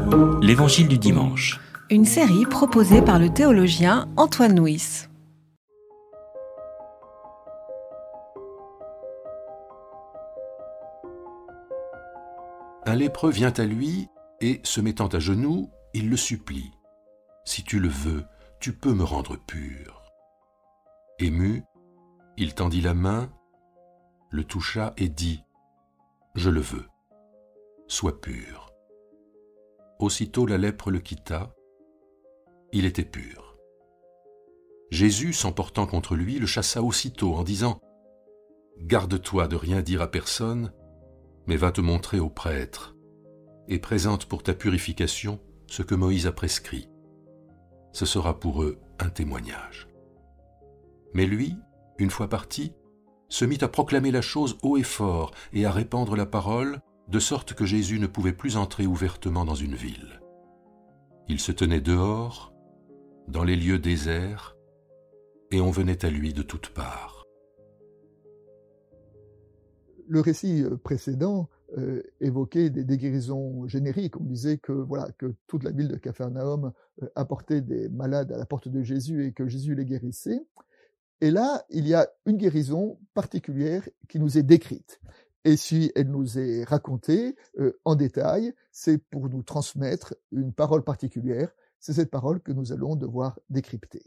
L'Évangile du dimanche. Une série proposée par le théologien Antoine Nuis. Un lépreux vient à lui et, se mettant à genoux, il le supplie. « Si tu le veux, tu peux me rendre pur. » Ému, il tendit la main, le toucha et dit « Je le veux, sois pur. » Aussitôt la lèpre le quitta, il était pur. Jésus, s'emportant contre lui, le chassa aussitôt en disant « Garde-toi de rien dire à personne, mais va te montrer au prêtre, et présente pour ta purification ce que Moïse a prescrit. Ce sera pour eux un témoignage. » Mais lui, une fois parti, se mit à proclamer la chose haut et fort et à répandre la parole, de sorte que Jésus ne pouvait plus entrer ouvertement dans une ville. Il se tenait dehors, dans les lieux déserts, et on venait à lui de toutes parts. Le récit précédent évoquait des guérisons génériques. On disait que toute la ville de Capharnaüm apportait des malades à la porte de Jésus et que Jésus les guérissait. Et là, il y a une guérison particulière qui nous est décrite. Et si elle nous est racontée en détail, c'est pour nous transmettre une parole particulière. C'est cette parole que nous allons devoir décrypter.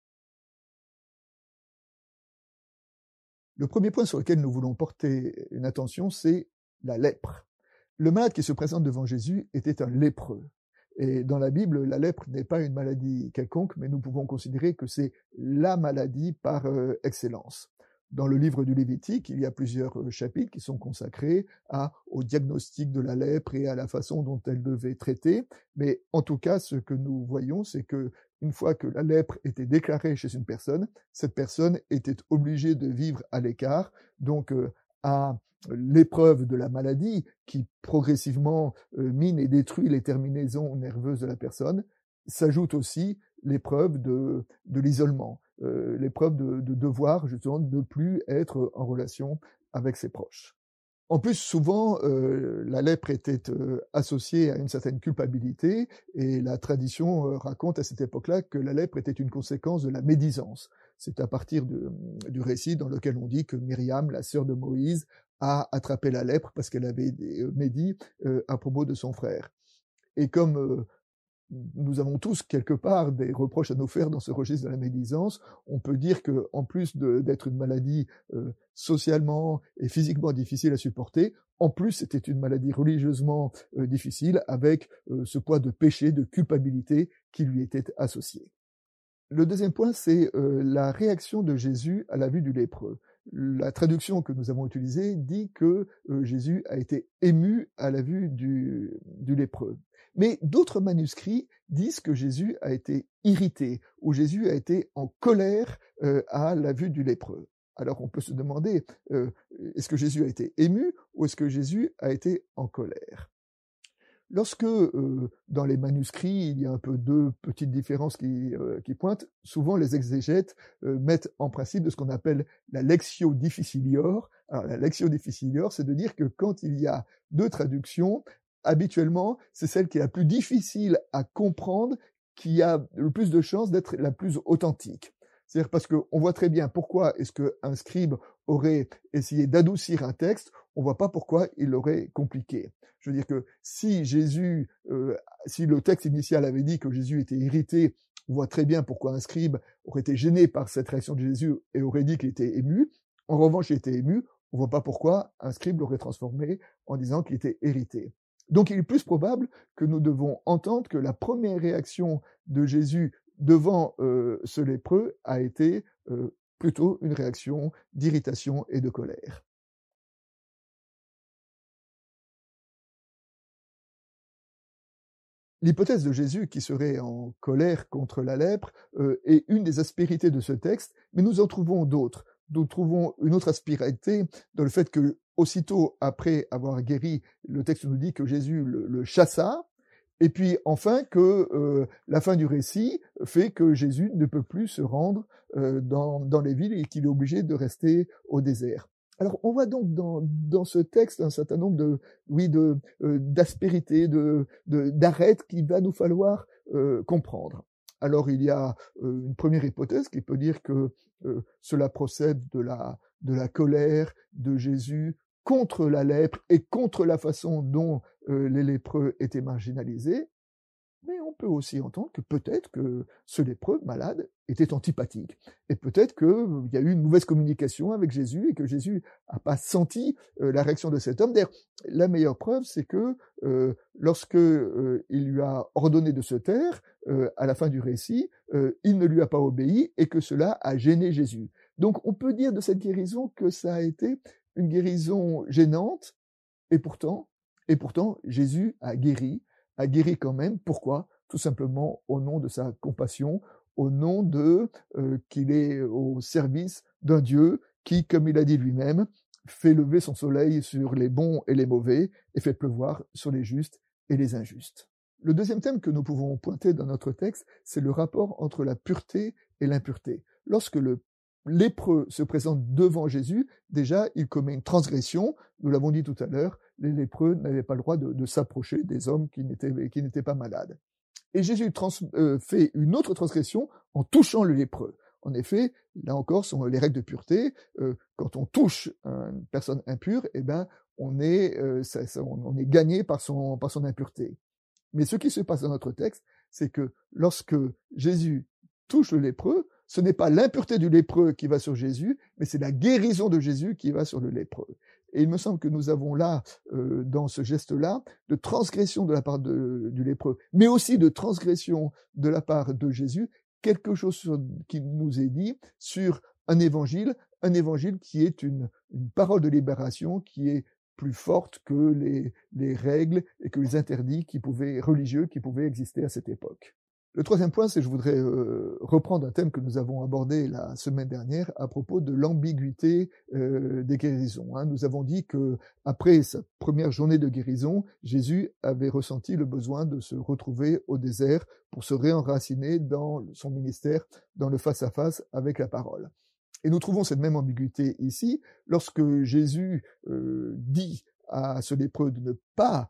Le premier point sur lequel nous voulons porter une attention, c'est la lèpre. Le malade qui se présente devant Jésus était un lépreux. Et dans la Bible, la lèpre n'est pas une maladie quelconque, mais nous pouvons considérer que c'est la maladie par excellence. Dans le livre du Lévitique, il y a plusieurs chapitres qui sont consacrés au diagnostic de la lèpre et à la façon dont elle devait traiter. Mais en tout cas, ce que nous voyons, c'est que une fois que la lèpre était déclarée chez une personne, cette personne était obligée de vivre à l'écart, donc à l'épreuve de la maladie qui progressivement mine et détruit les terminaisons nerveuses de la personne, s'ajoute aussi l'épreuve de l'isolement, l'épreuve de devoir justement de ne plus être en relation avec ses proches. En plus, souvent, la lèpre était associée à une certaine culpabilité, et la tradition raconte à cette époque-là que la lèpre était une conséquence de la médisance. C'est à partir du récit dans lequel on dit que Myriam, la sœur de Moïse, a attrapé la lèpre parce qu'elle avait médit à propos de son frère. Et comme nous avons tous quelque part des reproches à nous faire dans ce registre de la médisance, on peut dire que, en plus d'être une maladie socialement et physiquement difficile à supporter, en plus c'était une maladie religieusement difficile avec ce poids de péché, de culpabilité qui lui était associé. Le deuxième point, c'est la réaction de Jésus à la vue du lépreux. La traduction que nous avons utilisée dit que Jésus a été ému à la vue du lépreux. Mais d'autres manuscrits disent que Jésus a été irrité, ou Jésus a été en colère à la vue du lépreux. Alors on peut se demander, est-ce que Jésus a été ému ou est-ce que Jésus a été en colère ? Lorsque dans les manuscrits, il y a un peu deux petites différences qui pointent, souvent les exégètes mettent en principe de ce qu'on appelle la lectio difficilior. Alors la lectio difficilior, c'est de dire que quand il y a deux traductions, habituellement, c'est celle qui est la plus difficile à comprendre, qui a le plus de chances d'être la plus authentique. C'est-à-dire parce qu'on voit très bien pourquoi est-ce qu'un scribe aurait essayé d'adoucir un texte, on voit pas pourquoi il l'aurait compliqué. Je veux dire que si si le texte initial avait dit que Jésus était irrité, on voit très bien pourquoi un scribe aurait été gêné par cette réaction de Jésus et aurait dit qu'il était ému. En revanche, il était ému, on voit pas pourquoi un scribe l'aurait transformé en disant qu'il était irrité. Donc il est plus probable que nous devons entendre que la première réaction de Jésus devant ce lépreux a été plutôt une réaction d'irritation et de colère. L'hypothèse de Jésus qui serait en colère contre la lèpre est une des aspérités de ce texte, mais nous en trouvons d'autres. Nous trouvons une autre aspérité dans le fait que, aussitôt après avoir guéri, le texte nous dit que Jésus le chassa, et puis enfin que la fin du récit fait que Jésus ne peut plus se rendre dans les villes et qu'il est obligé de rester au désert. Alors, on voit donc dans ce texte un certain nombre d'aspérités, d'arêtes qu'il va nous falloir comprendre. Alors, il y a une première hypothèse qui peut dire que cela procède de la colère de Jésus contre la lèpre et contre la façon dont les lépreux étaient marginalisés. Mais on peut aussi entendre que peut-être que ce lépreux malade était antipathique. Et peut-être qu'il y a eu une mauvaise communication avec Jésus et que Jésus n'a pas senti la réaction de cet homme. D'ailleurs, la meilleure preuve, c'est que lorsque il lui a ordonné de se taire, à la fin du récit, il ne lui a pas obéi et que cela a gêné Jésus. Donc on peut dire de cette guérison que ça a été une guérison gênante, et pourtant Jésus a guéri quand même. Pourquoi ? Tout simplement au nom de sa compassion, au nom de qu'il est au service d'un Dieu qui, comme il a dit lui-même, fait lever son soleil sur les bons et les mauvais et fait pleuvoir sur les justes et les injustes. Le deuxième thème que nous pouvons pointer dans notre texte, c'est le rapport entre la pureté et l'impureté. Lorsque le lépreux se présente devant Jésus, déjà il commet une transgression. Nous l'avons dit tout à l'heure, les lépreux n'avaient pas le droit de s'approcher des hommes qui n'étaient pas malades. Et Jésus fait une autre transgression en touchant le lépreux. En effet, là encore, sont les règles de pureté. Quand on touche une personne impure, on est gagné par son impureté. Mais ce qui se passe dans notre texte, c'est que lorsque Jésus touche le lépreux, ce n'est pas l'impureté du lépreux qui va sur Jésus, mais c'est la guérison de Jésus qui va sur le lépreux. Et il me semble que nous avons là, dans ce geste-là, de transgression de la part du lépreux, mais aussi de transgression de la part de Jésus, quelque chose qui nous est dit sur un évangile qui est une parole de libération qui est plus forte que les règles et que les interdits religieux qui pouvaient exister à cette époque. Le troisième point, c'est que je voudrais reprendre un thème que nous avons abordé la semaine dernière à propos de l'ambiguïté des guérisons. Nous avons dit que après sa première journée de guérison, Jésus avait ressenti le besoin de se retrouver au désert pour se réenraciner dans son ministère, dans le face-à-face avec la parole. Et nous trouvons cette même ambiguïté ici, lorsque Jésus dit à ce lépreux de ne pas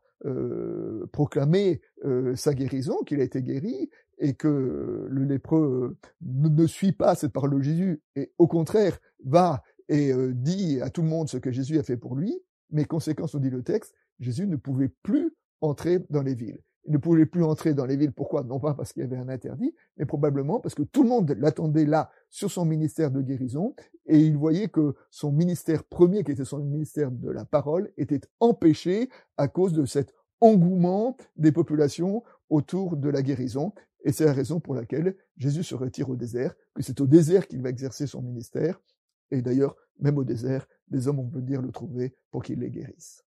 proclamer sa guérison, qu'il a été guéri, et que le lépreux ne suit pas cette parole de Jésus, et au contraire va et dit à tout le monde ce que Jésus a fait pour lui, mais conséquence, nous dit le texte, Jésus ne pouvait plus entrer dans les villes. Il ne pouvait plus entrer dans les villes, pourquoi ? Non pas parce qu'il y avait un interdit, mais probablement parce que tout le monde l'attendait là, sur son ministère de guérison, et il voyait que son ministère premier, qui était son ministère de la parole, était empêché à cause de cet engouement des populations autour de la guérison. Et c'est la raison pour laquelle Jésus se retire au désert, que c'est au désert qu'il va exercer son ministère, et d'ailleurs, même au désert, des hommes, on peut dire, le trouver pour qu'il les guérisse.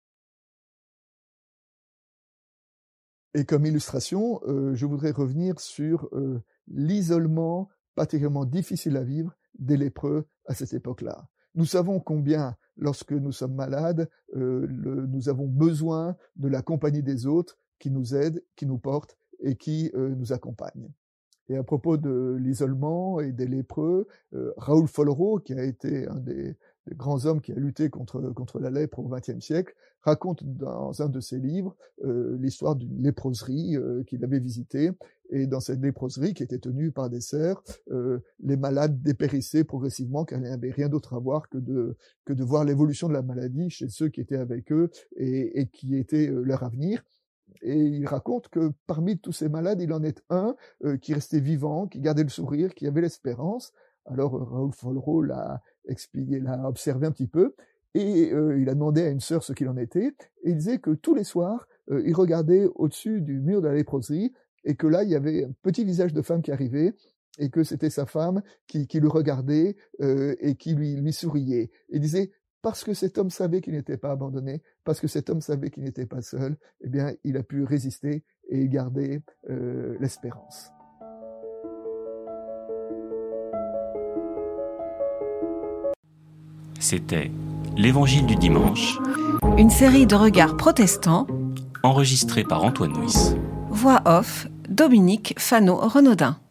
Et comme illustration, je voudrais revenir sur l'isolement particulièrement difficile à vivre des lépreux à cette époque-là. Nous savons combien, lorsque nous sommes malades, nous avons besoin de la compagnie des autres qui nous aident, qui nous portent et qui nous accompagnent. Et à propos de l'isolement et des lépreux, Raoul Follereau, qui a été un des grands hommes qui a lutté contre la lèpre au XXe siècle, raconte dans un de ses livres l'histoire d'une léproserie qu'il avait visitée. Et dans cette léproserie qui était tenue par des sœurs, les malades dépérissaient progressivement car il n'y avait rien d'autre à voir que de voir l'évolution de la maladie chez ceux qui étaient avec eux et qui était leur avenir. Et il raconte que parmi tous ces malades, il en est un qui restait vivant, qui gardait le sourire, qui avait l'espérance. Alors Raoul Follereau l'a observé un petit peu, et il a demandé à une sœur ce qu'il en était, et il disait que tous les soirs, il regardait au-dessus du mur de la léproserie, et que là, il y avait un petit visage de femme qui arrivait, et que c'était sa femme qui le regardait et qui lui souriait. Il disait, parce que cet homme savait qu'il n'était pas abandonné, parce que cet homme savait qu'il n'était pas seul, eh bien, il a pu résister et garder l'espérance. C'était l'Évangile du dimanche, une série de regards protestants, enregistrée par Antoine Nuis. Voix off, Dominique Fano-Renaudin.